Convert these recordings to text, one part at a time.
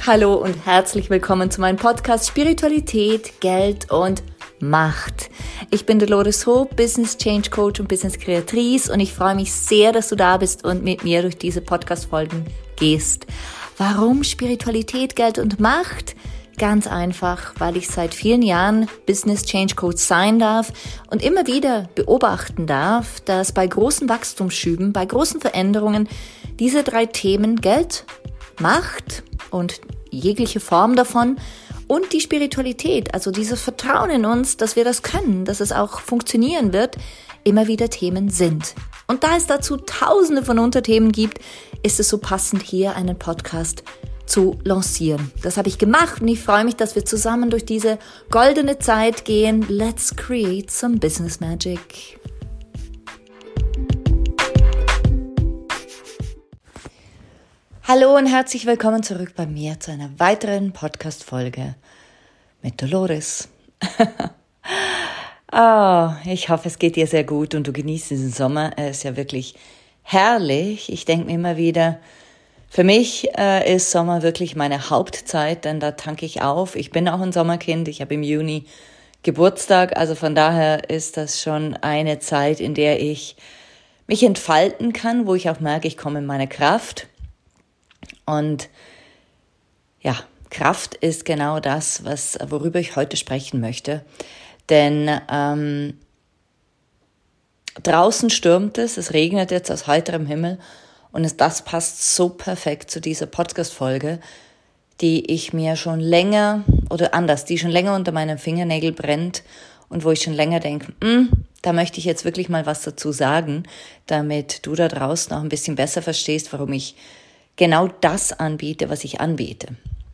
Hallo und herzlich willkommen zu meinem Podcast Spiritualität, Geld und Macht. Ich bin Dolores Hope, Business Change Coach und Business Kreatrice und ich freue mich sehr, dass du da bist und mit mir durch diese Podcast-Folgen gehst. Warum Spiritualität, Geld und Macht? Ganz einfach, weil ich seit vielen Jahren Business Change Coach sein darf und immer wieder beobachten darf, dass bei großen Wachstumsschüben, bei großen Veränderungen diese drei Themen Geld, Macht und jegliche Form davon und die Spiritualität, also dieses Vertrauen in uns, dass wir das können, dass es auch funktionieren wird, immer wieder Themen sind. Und da es dazu tausende von Unterthemen gibt, ist es so passend, hier einen Podcast zu lancieren. Das habe ich gemacht und ich freue mich, dass wir zusammen durch diese goldene Zeit gehen. Let's create some business magic. Hallo und herzlich willkommen zurück bei mir zu einer weiteren Podcast-Folge mit Dolores. Ich hoffe, es geht dir sehr gut und du genießt diesen Sommer. Er ist ja wirklich herrlich. Ich denke mir immer wieder, für mich ist Sommer wirklich meine Hauptzeit, denn da tanke ich auf. Ich bin auch ein Sommerkind, ich habe im Juni Geburtstag, also von daher ist das schon eine Zeit, in der ich mich entfalten kann, wo ich auch merke, ich komme in meine Kraft. Und ja, Kraft ist genau das, worüber ich heute sprechen möchte. Denn draußen stürmt es regnet jetzt aus heiterem Himmel und das passt so perfekt zu dieser Podcast-Folge, die ich mir schon länger, die schon länger unter meinen Fingernägeln brennt und wo ich schon länger denke, da möchte ich jetzt wirklich mal was dazu sagen, damit du da draußen auch ein bisschen besser verstehst, warum ich genau das anbiete, was ich anbiete.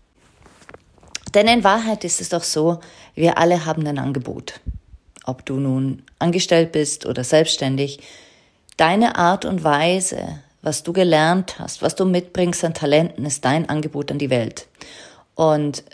Denn in Wahrheit ist es doch so, wir alle haben ein Angebot. Ob du nun angestellt bist oder selbstständig, deine Art und Weise, was du gelernt hast, was du mitbringst an Talenten, ist dein Angebot an die Welt. Und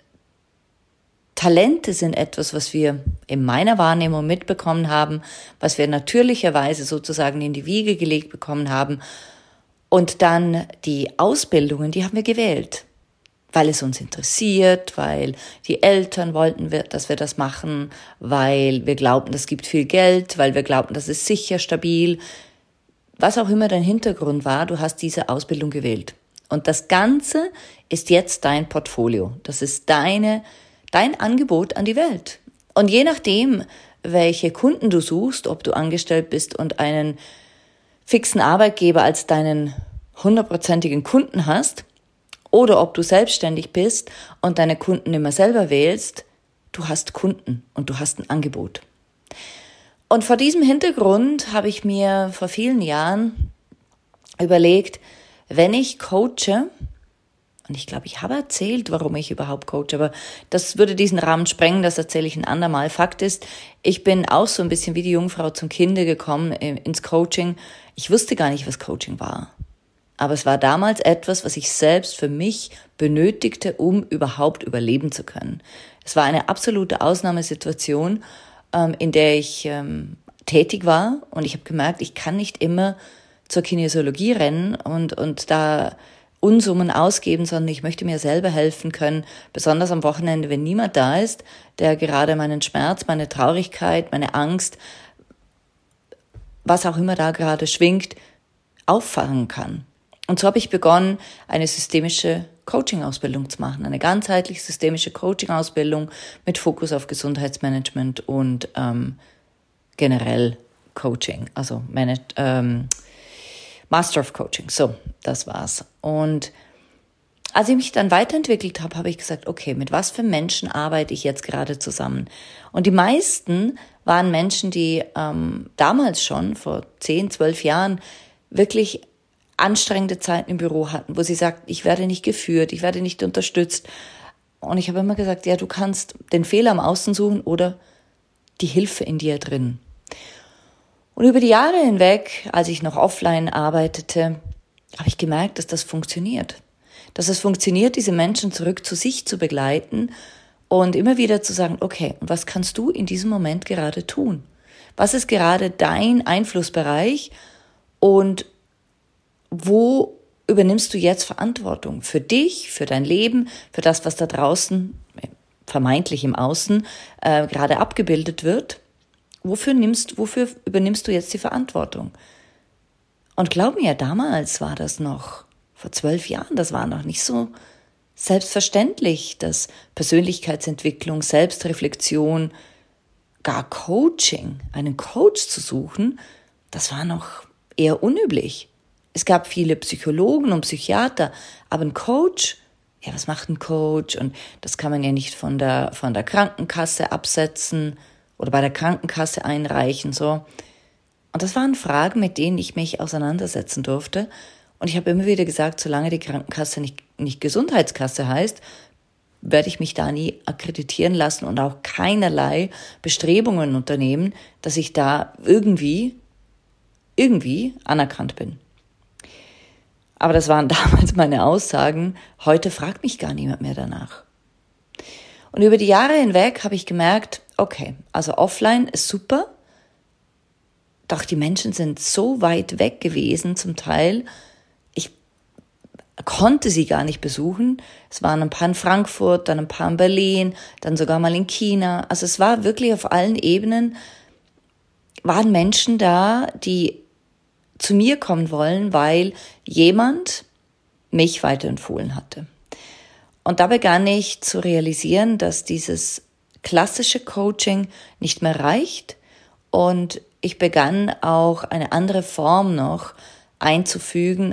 Talente sind etwas, was wir in meiner Wahrnehmung mitbekommen haben, was wir natürlicherweise sozusagen in die Wiege gelegt bekommen haben. Und dann die Ausbildungen, die haben wir gewählt, weil es uns interessiert, weil die Eltern wollten, dass wir das machen, weil wir glaubten, das gibt viel Geld, weil wir glaubten, das ist sicher, stabil. Was auch immer dein Hintergrund war, du hast diese Ausbildung gewählt. Und das Ganze ist jetzt dein Portfolio. Das ist dein Angebot an die Welt. Und je nachdem, welche Kunden du suchst, ob du angestellt bist und einen fixen Arbeitgeber als deinen 100%igen Kunden hast oder ob du selbstständig bist und deine Kunden immer selber wählst, du hast Kunden und du hast ein Angebot. Und vor diesem Hintergrund habe ich mir vor vielen Jahren überlegt, wenn ich coache, und ich glaube, ich habe erzählt, warum ich überhaupt coache, aber das würde diesen Rahmen sprengen, das erzähle ich ein andermal. Fakt ist, ich bin auch so ein bisschen wie die Jungfrau zum Kinde gekommen ins Coaching. Ich wusste gar nicht, was Coaching war. Aber es war damals etwas, was ich selbst für mich benötigte, um überhaupt überleben zu können. Es war eine absolute Ausnahmesituation, in der ich tätig war und ich habe gemerkt, ich kann nicht immer zur Kinesiologie rennen und da Unsummen ausgeben, sondern ich möchte mir selber helfen können, besonders am Wochenende, wenn niemand da ist, der gerade meinen Schmerz, meine Traurigkeit, meine Angst, was auch immer da gerade schwingt, auffangen kann. Und so habe ich begonnen, eine systemische Coaching-Ausbildung zu machen, eine ganzheitliche systemische Coaching-Ausbildung mit Fokus auf Gesundheitsmanagement und generell Coaching, also Master of Coaching. So, das war's. Und als ich mich dann weiterentwickelt habe, habe ich gesagt, okay, mit was für Menschen arbeite ich jetzt gerade zusammen? Und die meisten waren Menschen, die damals schon, vor 10, 12 Jahren, wirklich anstrengende Zeiten im Büro hatten, wo sie sagt, ich werde nicht geführt, ich werde nicht unterstützt. Und ich habe immer gesagt, ja, du kannst den Fehler am Außen suchen oder die Hilfe in dir drin. Und über die Jahre hinweg, als ich noch offline arbeitete, habe ich gemerkt, dass das funktioniert. Dass es funktioniert, diese Menschen zurück zu sich zu begleiten und immer wieder zu sagen, okay, und was kannst du in diesem Moment gerade tun? Was ist gerade dein Einflussbereich und wo übernimmst du jetzt Verantwortung für dich, für dein Leben, für das, was da draußen, vermeintlich im Außen, gerade abgebildet wird. Wofür übernimmst du jetzt die Verantwortung? Und glaub mir, damals war das noch, vor 12 Jahren, das war noch nicht so selbstverständlich, dass Persönlichkeitsentwicklung, Selbstreflexion, gar Coaching, einen Coach zu suchen, das war noch eher unüblich. Es gab viele Psychologen und Psychiater, aber ein Coach, ja, was macht ein Coach? Und das kann man ja nicht von der Krankenkasse absetzen oder bei der Krankenkasse einreichen, so. Und das waren Fragen, mit denen ich mich auseinandersetzen durfte. Und ich habe immer wieder gesagt, solange die Krankenkasse nicht Gesundheitskasse heißt, werde ich mich da nie akkreditieren lassen und auch keinerlei Bestrebungen unternehmen, dass ich da irgendwie anerkannt bin. Aber das waren damals meine Aussagen. Heute fragt mich gar niemand mehr danach. Und über die Jahre hinweg habe ich gemerkt, okay, also offline ist super, doch die Menschen sind so weit weg gewesen zum Teil, ich konnte sie gar nicht besuchen. Es waren ein paar in Frankfurt, dann ein paar in Berlin, dann sogar mal in China. Also es war wirklich auf allen Ebenen, waren Menschen da, die zu mir kommen wollen, weil jemand mich weiterempfohlen hatte. Und da begann ich zu realisieren, dass dieses klassische Coaching nicht mehr reicht und ich begann auch eine andere Form noch einzufügen,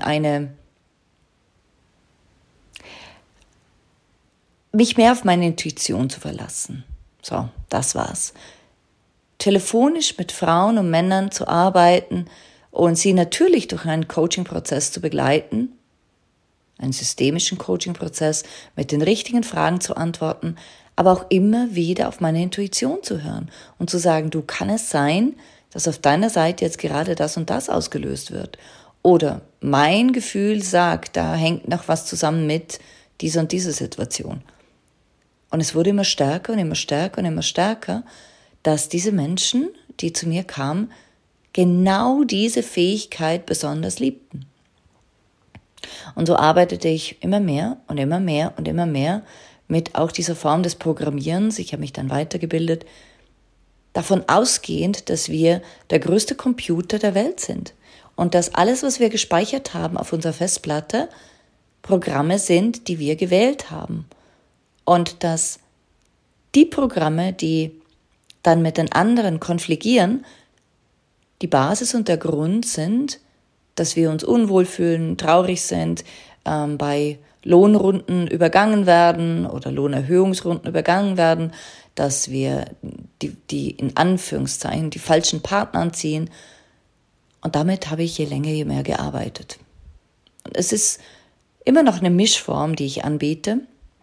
mich mehr auf meine Intuition zu verlassen. So, das war's. Telefonisch mit Frauen und Männern zu arbeiten und sie natürlich durch einen Coaching-Prozess zu begleiten, einen systemischen Coaching-Prozess mit den richtigen Fragen zu antworten, aber auch immer wieder auf meine Intuition zu hören und zu sagen, du, kann es sein, dass auf deiner Seite jetzt gerade das und das ausgelöst wird? Oder mein Gefühl sagt, da hängt noch was zusammen mit dieser und dieser Situation. Und es wurde immer stärker und immer stärker und immer stärker, dass diese Menschen, die zu mir kamen, genau diese Fähigkeit besonders liebten. Und so arbeitete ich immer mehr und immer mehr und immer mehr mit auch dieser Form des Programmierens. Ich habe mich dann weitergebildet, davon ausgehend, dass wir der größte Computer der Welt sind und dass alles, was wir gespeichert haben auf unserer Festplatte, Programme sind, die wir gewählt haben. Und dass die Programme, die dann mit den anderen konfligieren, die Basis und der Grund sind, dass wir uns unwohl fühlen, traurig sind, bei Lohnrunden übergangen werden oder Lohnerhöhungsrunden übergangen werden, dass wir die in Anführungszeichen die falschen Partner anziehen. Und damit habe ich je länger, je mehr gearbeitet. Und es ist immer noch eine Mischform, die ich anbiete.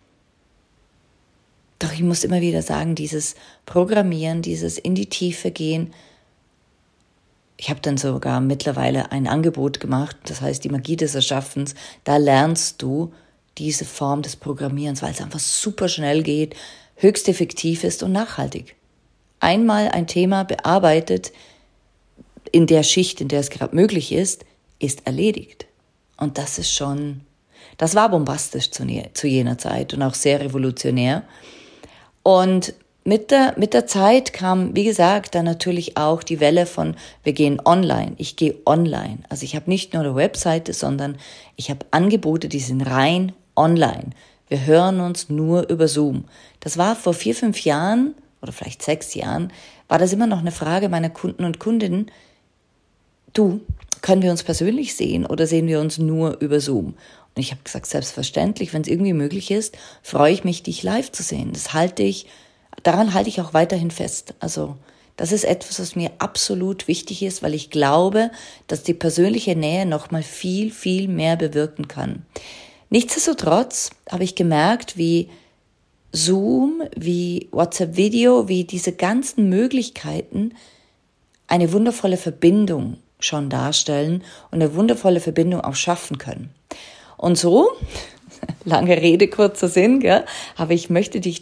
Doch ich muss immer wieder sagen, dieses Programmieren, dieses in die Tiefe gehen, ich habe dann sogar mittlerweile ein Angebot gemacht, das heißt die Magie des Erschaffens, da lernst du diese Form des Programmierens, weil es einfach super schnell geht, höchst effektiv ist und nachhaltig. Einmal ein Thema bearbeitet, in der Schicht, in der es gerade möglich ist erledigt. Und das war bombastisch zu jener Zeit und auch sehr revolutionär. Und mit der Zeit kam, wie gesagt, dann natürlich auch die Welle von, wir gehen online, ich gehe online. Also ich habe nicht nur eine Webseite, sondern ich habe Angebote, die sind rein online. Wir hören uns nur über Zoom. Das war vor 4, 5 Jahren oder vielleicht 6 Jahren, war das immer noch eine Frage meiner Kunden und Kundinnen. Du, können wir uns persönlich sehen oder sehen wir uns nur über Zoom? Und ich habe gesagt, selbstverständlich, wenn es irgendwie möglich ist, freue ich mich, dich live zu sehen. Daran halte ich auch weiterhin fest. Also das ist etwas, was mir absolut wichtig ist, weil ich glaube, dass die persönliche Nähe nochmal viel, viel mehr bewirken kann. Nichtsdestotrotz habe ich gemerkt, wie Zoom, wie WhatsApp-Video, wie diese ganzen Möglichkeiten eine wundervolle Verbindung schon darstellen und eine wundervolle Verbindung auch schaffen können. Und so, lange Rede, kurzer Sinn, gell, aber ich möchte dir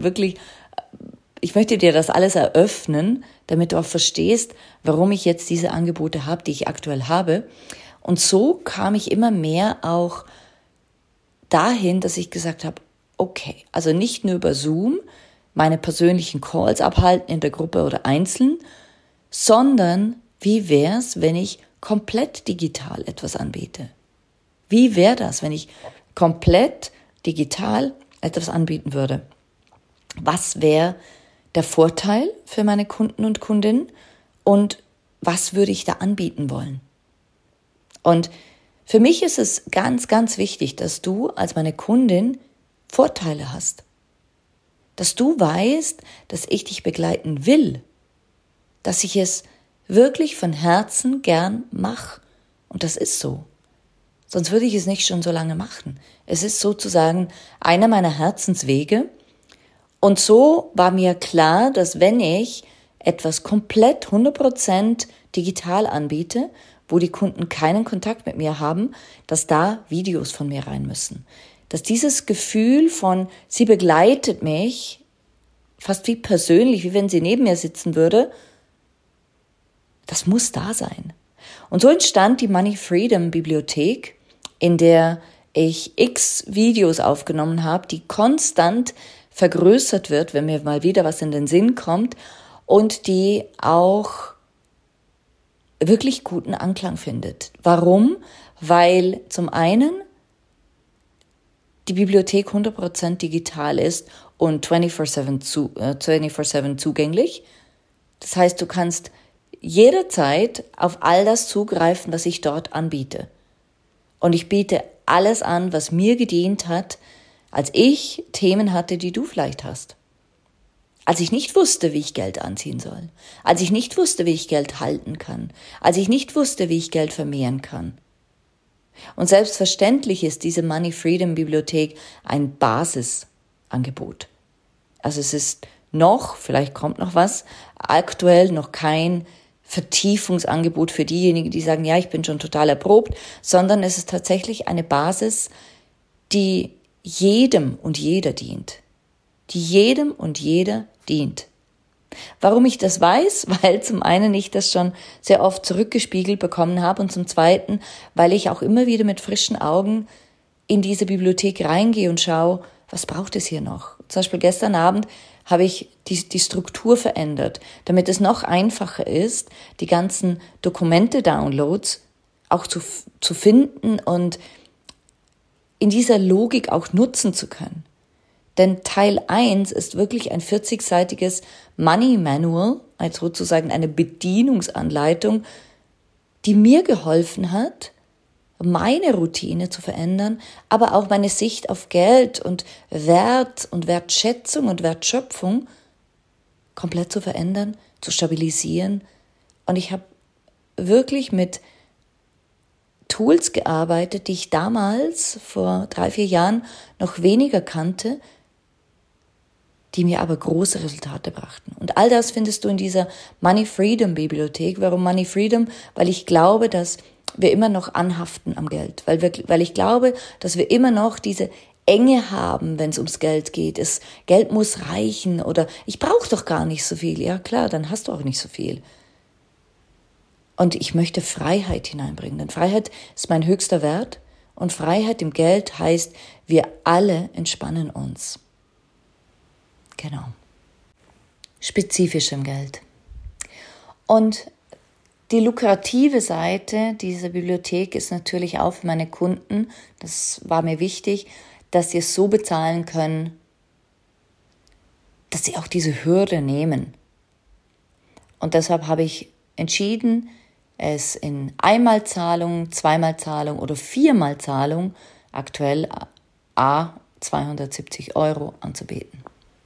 das alles eröffnen, damit du auch verstehst, warum ich jetzt diese Angebote habe, die ich aktuell habe. Und so kam ich immer mehr auch dahin, dass ich gesagt habe, okay, also nicht nur über Zoom meine persönlichen Calls abhalten in der Gruppe oder einzeln, sondern wie wär's, wenn ich komplett digital etwas anbiete? Wie wäre das, wenn ich komplett digital etwas anbieten würde? Was wäre der Vorteil für meine Kunden und Kundinnen und was würde ich da anbieten wollen? Und für mich ist es ganz, ganz wichtig, dass du als meine Kundin Vorteile hast. Dass du weißt, dass ich dich begleiten will. Dass ich es wirklich von Herzen gern mache. Und das ist so. Sonst würde ich es nicht schon so lange machen. Es ist sozusagen einer meiner Herzenswege. Und so war mir klar, dass wenn ich etwas komplett 100% digital anbiete, wo die Kunden keinen Kontakt mit mir haben, dass da Videos von mir rein müssen. Dass dieses Gefühl von, sie begleitet mich, fast wie persönlich, wie wenn sie neben mir sitzen würde, das muss da sein. Und so entstand die Money Freedom Bibliothek, in der ich x Videos aufgenommen habe, die konstant vergrößert wird, wenn mir mal wieder was in den Sinn kommt und die auch wirklich guten Anklang findet. Warum? Weil zum einen die Bibliothek 100% digital ist und 24/7 zugänglich. Das heißt, du kannst jederzeit auf all das zugreifen, was ich dort anbiete. Und ich biete alles an, was mir gedient hat, als ich Themen hatte, die du vielleicht hast. Als ich nicht wusste, wie ich Geld anziehen soll. Als ich nicht wusste, wie ich Geld halten kann. Als ich nicht wusste, wie ich Geld vermehren kann. Und selbstverständlich ist diese Money Freedom Bibliothek ein Basisangebot. Also es ist noch, vielleicht kommt noch was, aktuell noch kein Vertiefungsangebot für diejenigen, die sagen, ja, ich bin schon total erprobt, sondern es ist tatsächlich eine Basis, die jedem und jeder dient. Die jedem und jeder dient. Warum ich das weiß? Weil zum einen ich das schon sehr oft zurückgespiegelt bekommen habe und zum zweiten, weil ich auch immer wieder mit frischen Augen in diese Bibliothek reingehe und schaue, was braucht es hier noch? Zum Beispiel gestern Abend habe ich die Struktur verändert, damit es noch einfacher ist, die ganzen Dokumente-Downloads auch zu finden und in dieser Logik auch nutzen zu können. Denn Teil 1 ist wirklich ein 40-seitiges Money Manual, also sozusagen eine Bedienungsanleitung, die mir geholfen hat, meine Routine zu verändern, aber auch meine Sicht auf Geld und Wert und Wertschätzung und Wertschöpfung komplett zu verändern, zu stabilisieren. Und ich habe wirklich mit Tools gearbeitet, die ich damals vor 3-4 Jahren noch weniger kannte, die mir aber große Resultate brachten. Und all das findest du in dieser Money Freedom Bibliothek. Warum Money Freedom? Weil ich glaube, dass wir immer noch anhaften am Geld. Weil ich glaube, dass wir immer noch diese Enge haben, wenn es ums Geld geht. Geld muss reichen oder ich brauche doch gar nicht so viel. Ja klar, dann hast du auch nicht so viel. Und ich möchte Freiheit hineinbringen. Denn Freiheit ist mein höchster Wert. Und Freiheit im Geld heißt, wir alle entspannen uns. Genau. Spezifisch im Geld. Und die lukrative Seite dieser Bibliothek ist natürlich auch für meine Kunden, das war mir wichtig, dass sie es so bezahlen können, dass sie auch diese Hürde nehmen. Und deshalb habe ich entschieden, es in Einmalzahlung, Zweimalzahlung oder Viermalzahlung aktuell 270 € anzubieten.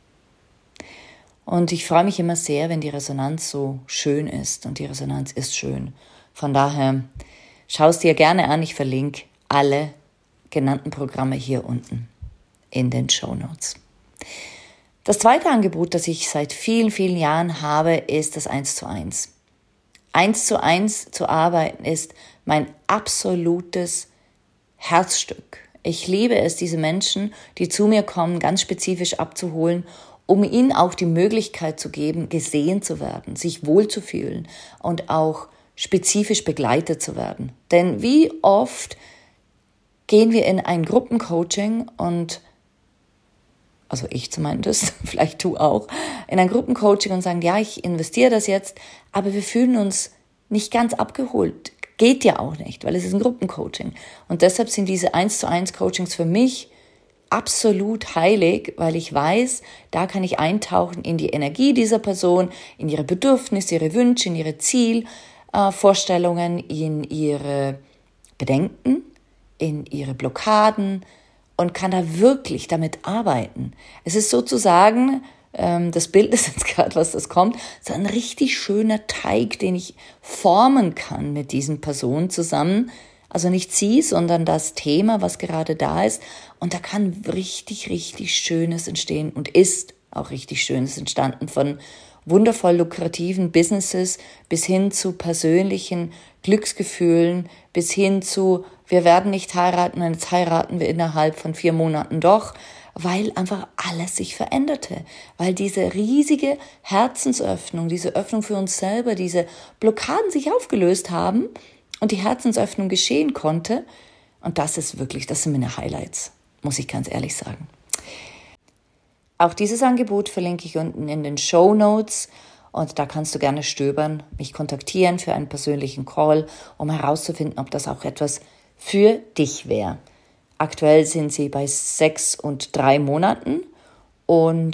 Und ich freue mich immer sehr, wenn die Resonanz so schön ist. Und die Resonanz ist schön. Von daher, schau es dir gerne an. Ich verlinke alle genannten Programme hier unten in den Shownotes. Das zweite Angebot, das ich seit vielen, vielen Jahren habe, ist das 1:1. 1:1 zu arbeiten ist mein absolutes Herzstück. Ich liebe es, diese Menschen, die zu mir kommen, ganz spezifisch abzuholen, um ihnen auch die Möglichkeit zu geben, gesehen zu werden, sich wohlzufühlen und auch spezifisch begleitet zu werden. Denn wie oft gehen wir in ein Gruppencoaching und, also ich zumindest, vielleicht du auch, in ein Gruppencoaching und sagen, ja, ich investiere das jetzt, aber wir fühlen uns nicht ganz abgeholt. Geht ja auch nicht, weil es ist ein Gruppencoaching. Und deshalb sind diese 1:1 Coachings für mich absolut heilig, weil ich weiß, da kann ich eintauchen in die Energie dieser Person, in ihre Bedürfnisse, ihre Wünsche, in ihre Zielvorstellungen, in ihre Bedenken, in ihre Blockaden und kann da wirklich damit arbeiten. Es ist sozusagen, das Bild ist jetzt gerade, was das kommt, so ein richtig schöner Teig, den ich formen kann mit diesen Personen zusammen. Also nicht sie, sondern das Thema, was gerade da ist. Und da kann richtig, richtig Schönes entstehen und ist auch richtig Schönes entstanden, von wundervoll lukrativen Businesses bis hin zu persönlichen Glücksgefühlen, bis hin zu, wir werden nicht heiraten, und jetzt heiraten wir innerhalb von 4 Monaten doch, weil einfach alles sich veränderte, weil diese riesige Herzensöffnung, diese Öffnung für uns selber, diese Blockaden sich aufgelöst haben und die Herzensöffnung geschehen konnte. Und das sind meine Highlights, muss ich ganz ehrlich sagen. Auch dieses Angebot verlinke ich unten in den Shownotes und da kannst du gerne stöbern, mich kontaktieren für einen persönlichen Call, um herauszufinden, ob das auch etwas für dich wäre. Aktuell sind sie bei 6 und 3 Monaten und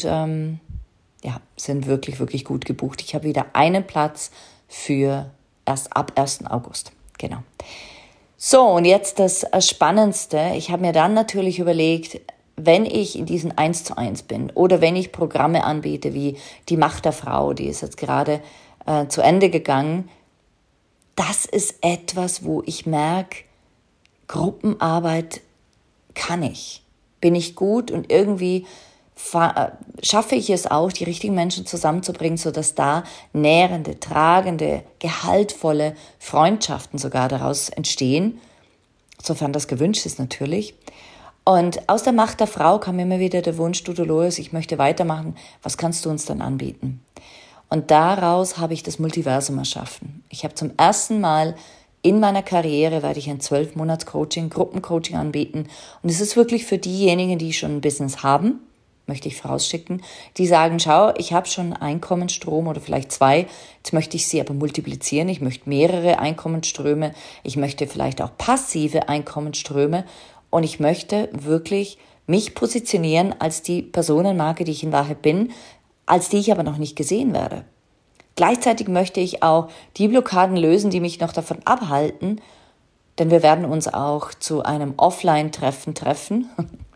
sind wirklich, wirklich gut gebucht. Ich habe wieder einen Platz für erst ab 1. August. Genau. So, und jetzt das Spannendste. Ich habe mir dann natürlich überlegt, wenn ich in diesen 1:1 bin oder wenn ich Programme anbiete wie die Macht der Frau, die ist jetzt gerade zu Ende gegangen, das ist etwas, wo ich merke, Gruppenarbeit kann ich, bin ich gut und irgendwie schaffe ich es auch, die richtigen Menschen zusammenzubringen, sodass da nährende, tragende, gehaltvolle Freundschaften sogar daraus entstehen, sofern das gewünscht ist natürlich. Und aus der Macht der Frau kam immer wieder der Wunsch, du Dolores, ich möchte weitermachen, was kannst du uns dann anbieten? Und daraus habe ich das Multiversum erschaffen. Ich habe zum ersten Mal in meiner Karriere werde ich ein 12-Monats-Coaching, Gruppencoaching anbieten. Und es ist wirklich für diejenigen, die schon ein Business haben, möchte ich vorausschicken, die sagen, schau, ich habe schon einen Einkommensstrom oder vielleicht 2, jetzt möchte ich sie aber multiplizieren, ich möchte mehrere Einkommensströme, ich möchte vielleicht auch passive Einkommensströme und ich möchte wirklich mich positionieren als die Personenmarke, die ich in Wahrheit bin, als die ich aber noch nicht gesehen werde. Gleichzeitig möchte ich auch die Blockaden lösen, die mich noch davon abhalten, denn wir werden uns auch zu einem Offline-Treffen treffen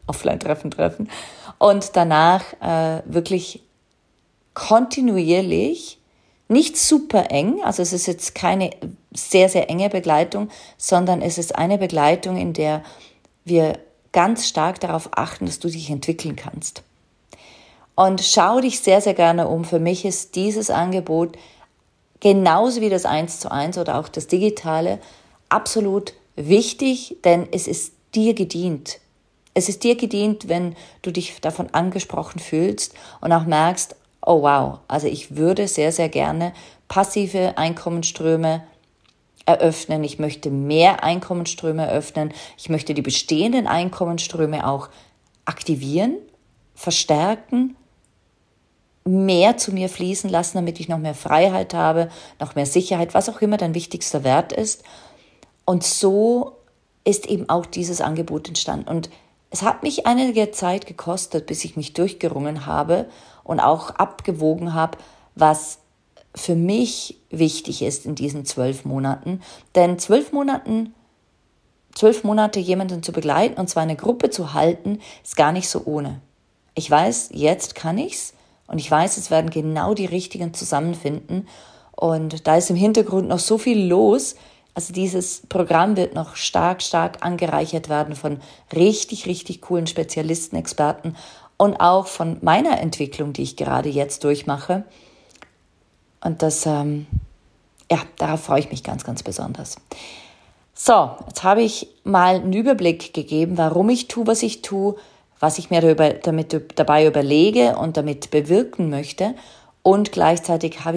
und danach wirklich kontinuierlich, nicht super eng, also es ist jetzt keine sehr, sehr enge Begleitung, sondern es ist eine Begleitung, in der wir ganz stark darauf achten, dass du dich entwickeln kannst. Und schau dich sehr, sehr gerne um. Für mich ist dieses Angebot genauso wie das 1:1 oder auch das Digitale absolut wichtig, denn es ist dir gedient. Es ist dir gedient, wenn du dich davon angesprochen fühlst und auch merkst, oh wow, also ich würde sehr, sehr gerne passive Einkommensströme eröffnen. Ich möchte mehr Einkommensströme eröffnen. Ich möchte die bestehenden Einkommensströme auch aktivieren, verstärken, mehr zu mir fließen lassen, damit ich noch mehr Freiheit habe, noch mehr Sicherheit, was auch immer dein wichtigster Wert ist. Und so ist eben auch dieses Angebot entstanden. Und es hat mich einige Zeit gekostet, bis ich mich durchgerungen habe und auch abgewogen habe, was für mich wichtig ist in diesen 12 Monaten. Denn 12 Monate jemanden zu begleiten und zwar eine Gruppe zu halten, ist gar nicht so ohne. Ich weiß, jetzt kann ich's. Und ich weiß, es werden genau die Richtigen zusammenfinden. Und da ist im Hintergrund noch so viel los. Also dieses Programm wird noch stark, stark angereichert werden von richtig, richtig coolen Spezialisten, Experten und auch von meiner Entwicklung, die ich gerade jetzt durchmache. Und das, darauf freue ich mich ganz, ganz besonders. So, jetzt habe ich mal einen Überblick gegeben, warum ich tue, was ich tue, was ich mir dabei überlege und damit bewirken möchte. Und gleichzeitig habe ich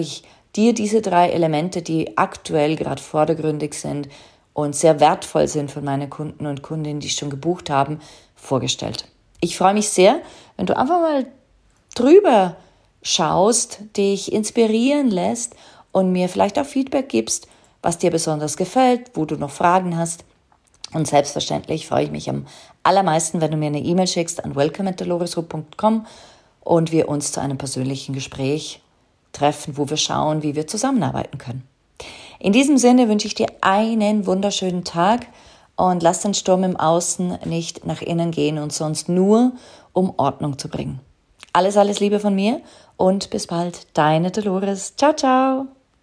dir diese 3 Elemente, die aktuell gerade vordergründig sind und sehr wertvoll sind von meinen Kunden und Kundinnen, die schon gebucht haben, vorgestellt. Ich freue mich sehr, wenn du einfach mal drüber schaust, dich inspirieren lässt und mir vielleicht auch Feedback gibst, was dir besonders gefällt, wo du noch Fragen hast. Und selbstverständlich freue ich mich am allermeisten, wenn du mir eine E-Mail schickst an welcome@doloresrupp.com und wir uns zu einem persönlichen Gespräch treffen, wo wir schauen, wie wir zusammenarbeiten können. In diesem Sinne wünsche ich dir einen wunderschönen Tag und lass den Sturm im Außen nicht nach innen gehen und sonst nur, um Ordnung zu bringen. Alles Liebe von mir und bis bald, deine Dolores. Ciao, ciao.